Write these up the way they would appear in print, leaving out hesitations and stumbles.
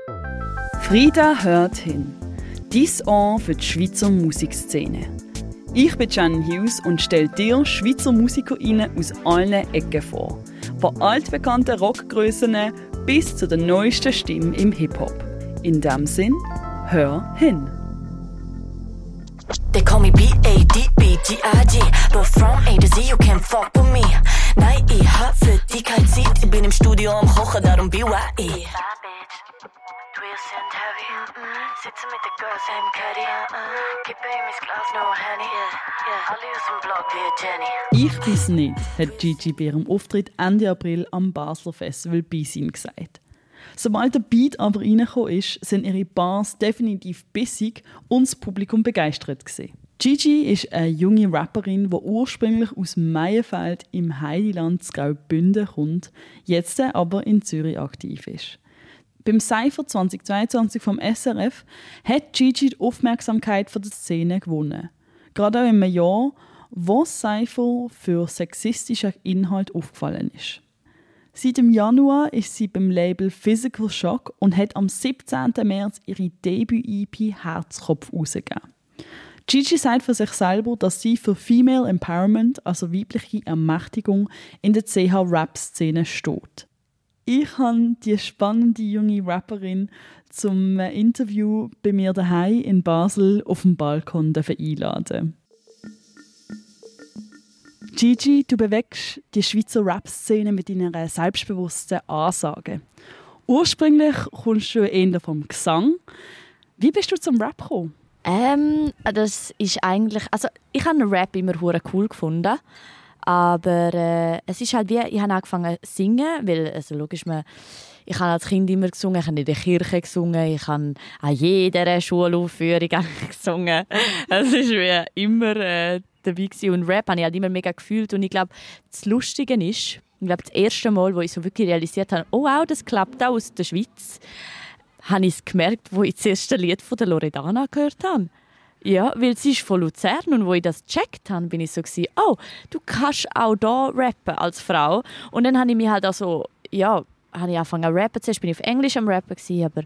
Frida hört hin. Dies Ohr für die Schweizer Musikszene. Ich bin Jan Hughes und stelle dir Schweizer MusikerInnen aus allen Ecken vor. Von altbekannten Rockgrössen bis zu der neuesten Stimme im Hip-Hop. In dem Sinn, hör hin. They call me B-A-D-B-G-I-G, but from A to Z you can't fuck with me. Nein, ich hab für dich keine Zeit, ich bin im Studio am Kochen, darum BYE. Bad bitch, Twist and heavy, sitzen mit den Girls im Caddy, kippe in mein Glas, no Henny, alle aus dem Block wie Jenny. Ich bin's nicht, hat Gigi bei ihrem Auftritt Ende April am Basler Festival Beisein gesagt. Sobald der Beat aber reingekommen ist, sind ihre Bars definitiv bissig und das Publikum begeistert gewesen. Gigi ist eine junge Rapperin, die ursprünglich aus Meienfeld im Heideland zu Graubünden kommt, jetzt aber in Zürich aktiv ist. Beim Cypher 2022 vom SRF hat Gigi die Aufmerksamkeit von der Szene gewonnen. Gerade auch in einem Jahr, wo Cypher für sexistischen Inhalt aufgefallen ist. Seit dem Januar ist sie beim Label Physical Shock und hat am 17. März ihre Debüt-EP Herzkopf herausgegeben. Gigi sagt für sich selber, dass sie für Female Empowerment, also weibliche Ermächtigung, in der CH-Rap-Szene steht. Ich habe die spannende junge Rapperin zum Interview bei mir daheim in Basel auf dem Balkon einladen. Gigi, du bewegst die Schweizer Rap-Szene mit deiner selbstbewussten Ansage. Ursprünglich kommst du eher vom Gesang. Wie bist du zum Rap gekommen? Das ist eigentlich... Also ich habe Rap immer cool gefunden. Aber es ist halt wie... Ich habe angefangen zu singen, weil also logisch, ich habe als Kind immer gesungen, ich habe in der Kirche gesungen, ich habe an jeder Schulaufführung gesungen. Es ist wie immer dabei gewesen. Und Rap habe ich halt immer mega gefühlt. Und ich glaube, das Lustige ist, das erste Mal, wo ich so wirklich realisiert habe, oh wow, das klappt auch aus der Schweiz, habe ich es gemerkt, wo ich das erste Lied von der Loredana gehört habe. Ja, weil sie ist von Luzern und wo ich das gecheckt habe, bin ich so gewesen, oh, du kannst auch da rappen als Frau. Und dann habe ich mich halt auch so, ja, habe ich angefangen zu rappen. Zuerst bin ich auf Englisch am Rappen gewesen, aber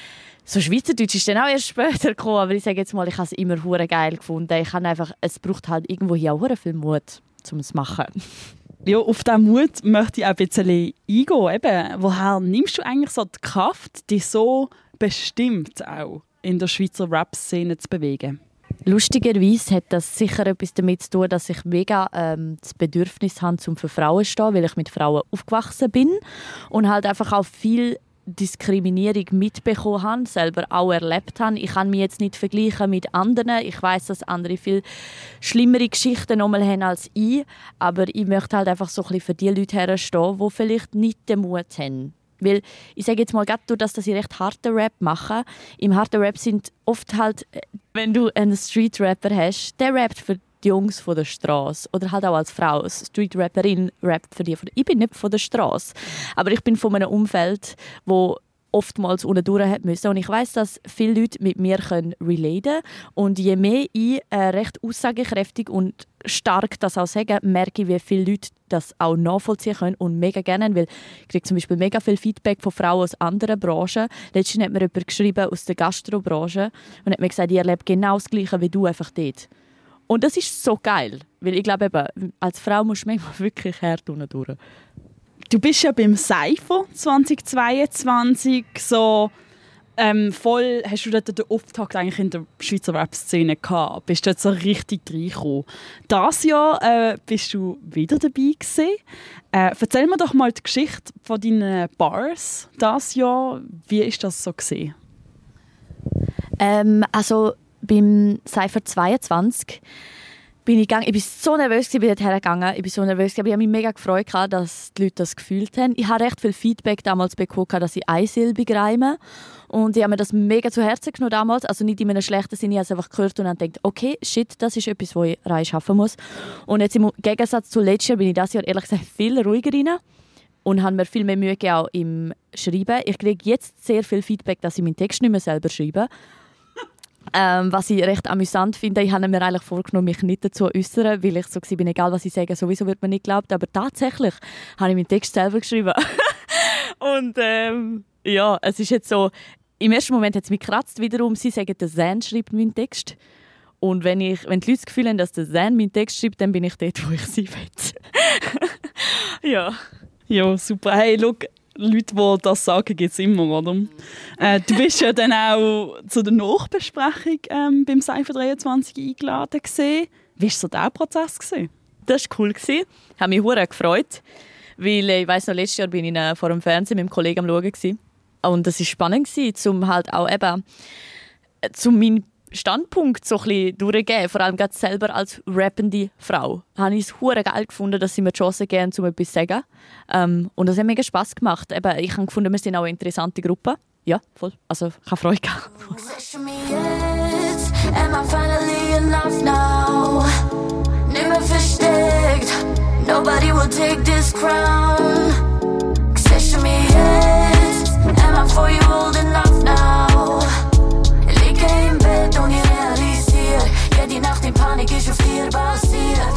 so Schweizerdeutsch ist dann auch erst später gekommen. Aber ich sage jetzt mal, ich habe es immer hure geil gefunden. Ich habe einfach, es braucht halt irgendwo hier auch hure viel Mut, um es zu machen. Ja, auf diesen Mut möchte ich auch ein bisschen eingehen. Eben, woher nimmst du eigentlich so die Kraft, die so bestimmt auch in der Schweizer Rap-Szene zu bewegen? Lustigerweise hat das sicher etwas damit zu tun, dass ich mega das Bedürfnis habe, um für Frauen zu stehen, weil ich mit Frauen aufgewachsen bin und halt einfach auch viel Diskriminierung mitbekommen habe, selber auch erlebt habe. Ich kann mich jetzt nicht vergleichen mit anderen. Ich weiß, dass andere viel schlimmere Geschichten nochmal haben als ich, aber ich möchte halt einfach so ein bisschen für die Leute herstehen, die vielleicht nicht den Mut haben. Weil ich sage jetzt mal, gerade durch das, dass ich recht harten Rap mache, im harten Rap sind oft halt, wenn du einen Street-Rapper hast, der rappt für die Jungs von der Straße oder halt auch als Frau, eine Street-Rapperin rappt für die. Ich bin nicht von der Straße, aber ich bin von einem Umfeld, wo oftmals unten durch müssen. Und ich weiss, dass viele Leute mit mir relaten können. Und je mehr ich recht aussagekräftig und stark das auch sage, merke ich, wie viele Leute das auch nachvollziehen können und mega gerne. Weil ich kriege zum Beispiel mega viel Feedback von Frauen aus anderen Branchen. Letztens hat mir jemand geschrieben aus der Gastrobranche und hat mir gesagt, ich erlebe genau das Gleiche wie du, einfach dort. Und das ist so geil. Weil ich glaube, eben, als Frau musst du manchmal wirklich hart unten durch. Du bist ja beim Cypher 2022 so voll, hast du dort den Auftakt eigentlich in der Schweizer Rap-Szene gehabt? Bist du dort so richtig reingekommen? Dieses Jahr bist du wieder dabei gewesen. Erzähl mir doch mal die Geschichte von deinen Bars dieses Jahr. Wie ist das so gewesen? Also beim Cypher 22 bin ich gegangen. Ich war so nervös, bin dort hergegangen. Ich bin so nervös, aber ich habe mich mega gefreut, dass die Leute das gefühlt haben. Ich habe recht viel Feedback damals bekommen, dass ich einsilbig reime. Und ich habe mir das mega zu Herzen genommen damals. Also nicht in einem schlechten Sinne, ich habe es einfach gehört und dann gedacht, okay, shit, das ist etwas, wo ich rein schaffen muss. Und jetzt im Gegensatz zu letztes Jahr bin ich dieses Jahr ehrlich gesagt viel ruhiger rein und habe mir viel mehr Mühe gegeben auch im Schreiben. Ich kriege jetzt sehr viel Feedback, dass ich meinen Text nicht mehr selber schreibe. Was ich recht amüsant finde, ich habe mir eigentlich vorgenommen, mich nicht dazu zu äußern, weil ich so bin, egal was ich sage, sowieso wird mir nicht geglaubt. Aber tatsächlich habe ich meinen Text selber geschrieben. Und ja, es ist jetzt so, im ersten Moment hat es mich gekratzt, wiederum, sie sagen, der Zan schreibt meinen Text. Und wenn die Leute das Gefühl haben, dass der Zan meinen Text schreibt, dann bin ich dort, wo ich sein will. Ja. Ja, super. Hey, schau, Leute, die das sagen, gibt es immer, oder? Du bist ja dann auch zu der Nachbesprechung beim Cypher 23 eingeladen gewesen. Wie war so der Prozess gewesen? Das war cool. Ich habe mich sehr gefreut, weil ich weiss noch, letztes Jahr bin ich vor dem Fernsehen mit einem Kollegen am Schauen gewesen. Und es war spannend, um halt auch eben meinen Standpunkt so ein bisschen durchzugeben, vor allem gerade selber als rappende Frau. Habe ich es sehr geil gefunden, dass sie mir die Chance geben, um etwas zu sagen. Und das hat mega Spass gemacht. Eben, ich habe gefunden, wir sind auch eine interessante Gruppe. Ja, voll. Also, ich habe Freude gehabt. Am I finally enough now? Nimmer versteckt. Nobody will take this crown. Session me jetzt. Am I for you old enough now? Liege im Bett und ich realisiere, jede Nacht in Panik ist auf dir basiert.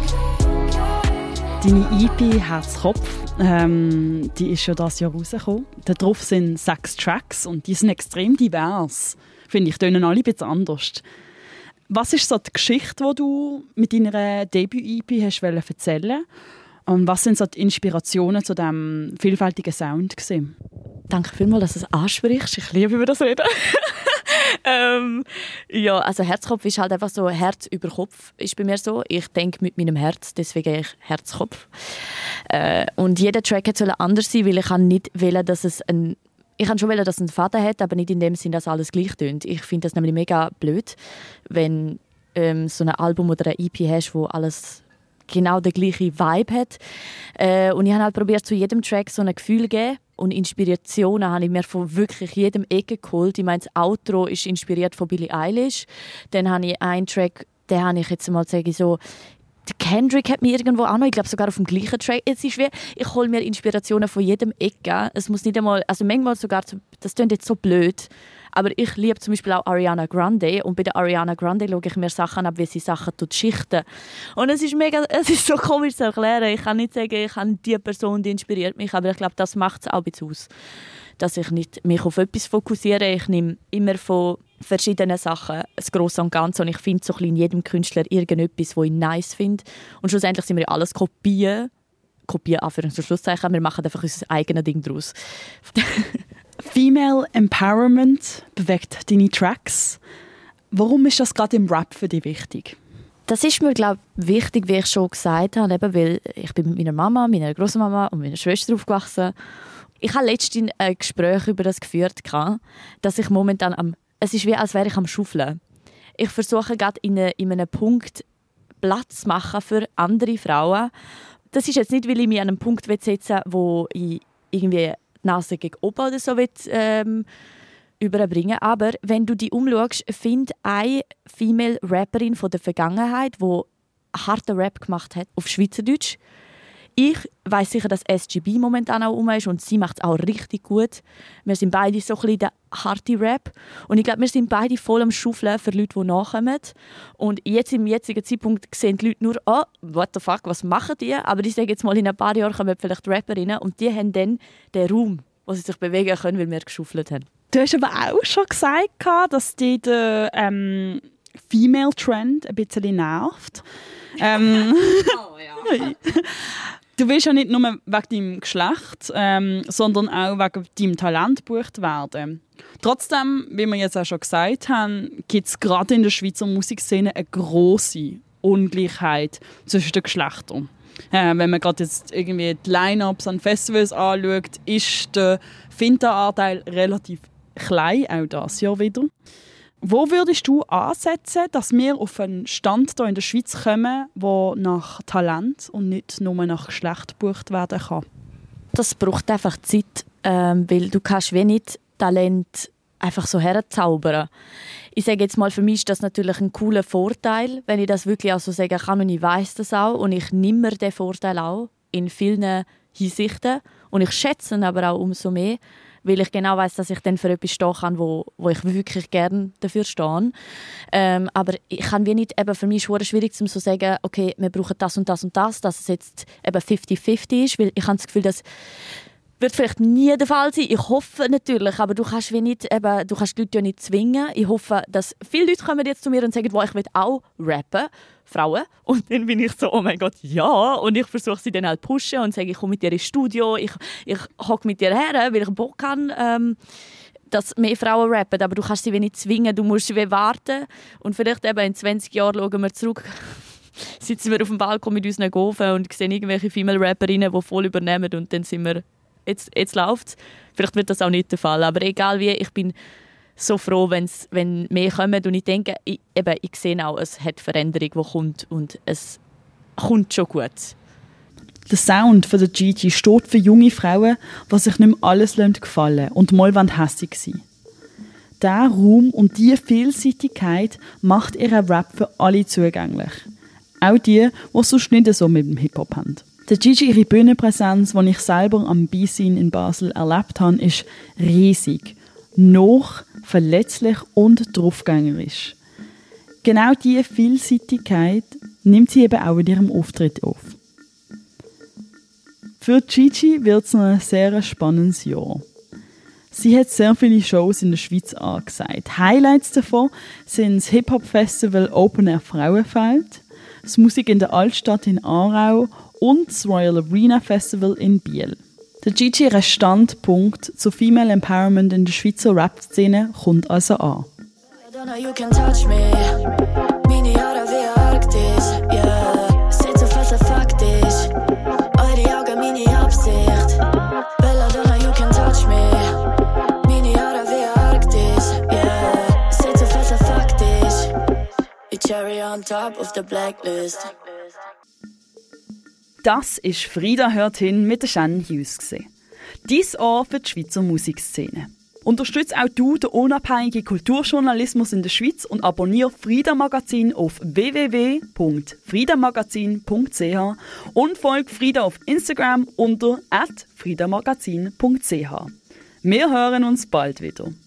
Deine EP «Herzkopf», die ist ja dieses Jahr rausgekommen. Darauf sind 6 Tracks und die sind extrem divers. Finde ich, tönen alle ein bisschen anders. Was ist so die Geschichte, die du mit deiner Debüt-EP hast erzählen? Und was sind so die Inspirationen zu diesem vielfältigen Sound gewesen? Danke vielmals, dass du es ansprichst. Ich liebe über das Reden. Ja, also Herzkopf ist halt einfach so Herz über Kopf ist bei mir so. Ich denke mit meinem Herz, deswegen ich Herzkopf. Und jeder Track soll anders sein, weil ich nicht wollte, dass es ich kann schon wollen, dass es einen Faden hat, aber nicht in dem Sinn, dass alles gleich tönt. Ich finde das nämlich mega blöd, wenn so ein Album oder eine EP hast, wo alles genau den gleichen Vibe hat. Und ich habe halt probiert, zu jedem Track so ein Gefühl zu geben. Und Inspirationen habe ich mir von wirklich jedem Ecke geholt. Ich meine, das Outro ist inspiriert von Billie Eilish. Dann habe ich einen Track, den habe ich jetzt mal sage ich so, der Kendrick hat mich irgendwo auch noch, ich glaube sogar auf dem gleichen Track. Es ist schwer, ich hole mir Inspirationen von jedem Ecke. Es muss nicht einmal, also manchmal sogar, das klingt jetzt so blöd, aber ich liebe zum Beispiel auch Ariana Grande und bei der Ariana Grande schaue ich mir Sachen ab, wie sie Sachen schichten. Und es ist so komisch zu erklären. Ich kann nicht sagen, ich habe die Person, die inspiriert mich, aber ich glaube, das macht es auch ein bisschen aus. Dass ich nicht mich auf etwas fokussiere. Ich nehme immer von verschiedenen Sachen das Grosse und Ganze und ich finde so ein bisschen in jedem Künstler irgendetwas, das ich nice finde. Und schlussendlich sind wir alles Kopien Anführungs- und Schlusszeichen, wir machen einfach unser eigenes Ding daraus. Female Empowerment bewegt deine Tracks. Warum ist das gerade im Rap für dich wichtig? Das ist mir, glaube ich, wichtig, wie ich schon gesagt habe, eben, weil ich bin mit meiner Mama, meiner Großmama und meiner Schwester aufgewachsen. Ich habe letztens ein Gespräch über das geführt, dass ich momentan es ist wie, als wäre ich am Schaufeln. Ich versuche gerade in einem Punkt Platz zu machen für andere Frauen. Das ist jetzt nicht, weil ich mich an einen Punkt setzen will, wo ich irgendwie die Nase gegen oben oder so überbringen. Aber wenn du dich umschaust, find eine Female Rapperin von der Vergangenheit, die harten Rap gemacht hat auf Schweizerdeutsch. Ich weiss sicher, dass SGB momentan auch rum ist und sie macht es auch richtig gut. Wir sind beide so ein bisschen der harte Rap. Und ich glaube, wir sind beide voll am Schaufeln für Leute, die nachkommen. Und jetzt im jetzigen Zeitpunkt sehen die Leute nur, oh, what the fuck, was machen die? Aber ich sage jetzt mal, in ein paar Jahren kommen vielleicht Rapperinnen und die haben dann den Raum, wo sie sich bewegen können, weil wir geschaufelt haben. Du hast aber auch schon gesagt, dass dich der Female Trend ein bisschen nervt. Oh, ja. Du willst ja nicht nur wegen deinem Geschlecht, sondern auch wegen deinem Talent gebucht werden. Trotzdem, wie wir jetzt auch schon gesagt haben, gibt es gerade in der Schweizer Musikszene eine grosse Ungleichheit zwischen den Geschlechtern. Wenn man gerade jetzt irgendwie die Line-Ups an Festivals anschaut, ist der Finta-Anteil relativ klein, auch dieses Jahr wieder. Wo würdest du ansetzen, dass wir auf einen Stand hier in der Schweiz kommen, der nach Talent und nicht nur nach Geschlecht gebucht werden kann? Das braucht einfach Zeit, weil du kannst wenig Talent einfach so herzaubern. Ich sage jetzt mal, für mich ist das natürlich ein cooler Vorteil, wenn ich das wirklich auch so sagen kann und ich weiss das auch und ich nehme mir den Vorteil auch in vielen Hinsichten und ich schätze ihn aber auch umso mehr, weil ich genau weiss, dass ich dann für etwas stehen kann, wo ich wirklich gerne dafür stehe. Aber ich kann wie nicht, eben für mich ist es schwierig zu sagen, okay, wir brauchen das und das und das, dass es jetzt eben 50-50 ist, weil ich habe das Gefühl, dass wird vielleicht nie der Fall sein. Ich hoffe natürlich, aber du kannst die Leute ja nicht zwingen. Ich hoffe, dass viele Leute kommen jetzt zu mir und sagen, ich will auch rappen, Frauen. Und dann bin ich so, oh mein Gott, ja. Und ich versuche sie dann halt zu pushen und sage, ich komme mit dir ins Studio, ich hocke mit dir her, weil ich Bock habe, dass mehr Frauen rappen. Aber du kannst sie nicht zwingen, du musst sie warten. Und vielleicht eben in 20 Jahren schauen wir zurück, sitzen wir auf dem Balkon mit unseren Gofen und sehen irgendwelche Female-Rapperinnen, die voll übernehmen und dann sind wir, jetzt läuft es. Vielleicht wird das auch nicht der Fall, aber egal wie, ich bin so froh, wenn mehr kommen und ich denke, ich sehe auch, es hat Veränderung, die kommt und es kommt schon gut. Der Sound von der Gigi steht für junge Frauen, die sich nicht mehr alles gefallen und mal hässig sein. Dieser Raum und diese Vielseitigkeit macht ihren Rap für alle zugänglich. Auch die sonst nicht so mit dem Hip-Hop haben. Der Gigi, ihre Bühnenpräsenz, die ich selber am B-Scene in Basel erlebt habe, ist riesig, noch verletzlich und draufgängerisch. Genau diese Vielseitigkeit nimmt sie eben auch in ihrem Auftritt auf. Für Gigi wird es noch ein sehr spannendes Jahr. Sie hat sehr viele Shows in der Schweiz angesagt. Highlights davon sind das Hip-Hop-Festival Open Air Frauenfeld, das Musik in der Altstadt in Aarau und das Royal Arena Festival in Biel. Der Gigi, ihr Standpunkt zu Female Empowerment in der Schweizer Rap-Szene kommt also an. Cherry on top of the blacklist. Das ist Frida hört hin mit der Shannon Hughes. Dies Ohr für die Schweizer Musikszene. Unterstütze auch du den unabhängigen Kulturjournalismus in der Schweiz und abonniere Frida Magazin auf www.fridamagazin.ch und folge Frida auf @fridamagazin.ch. Wir hören uns bald wieder.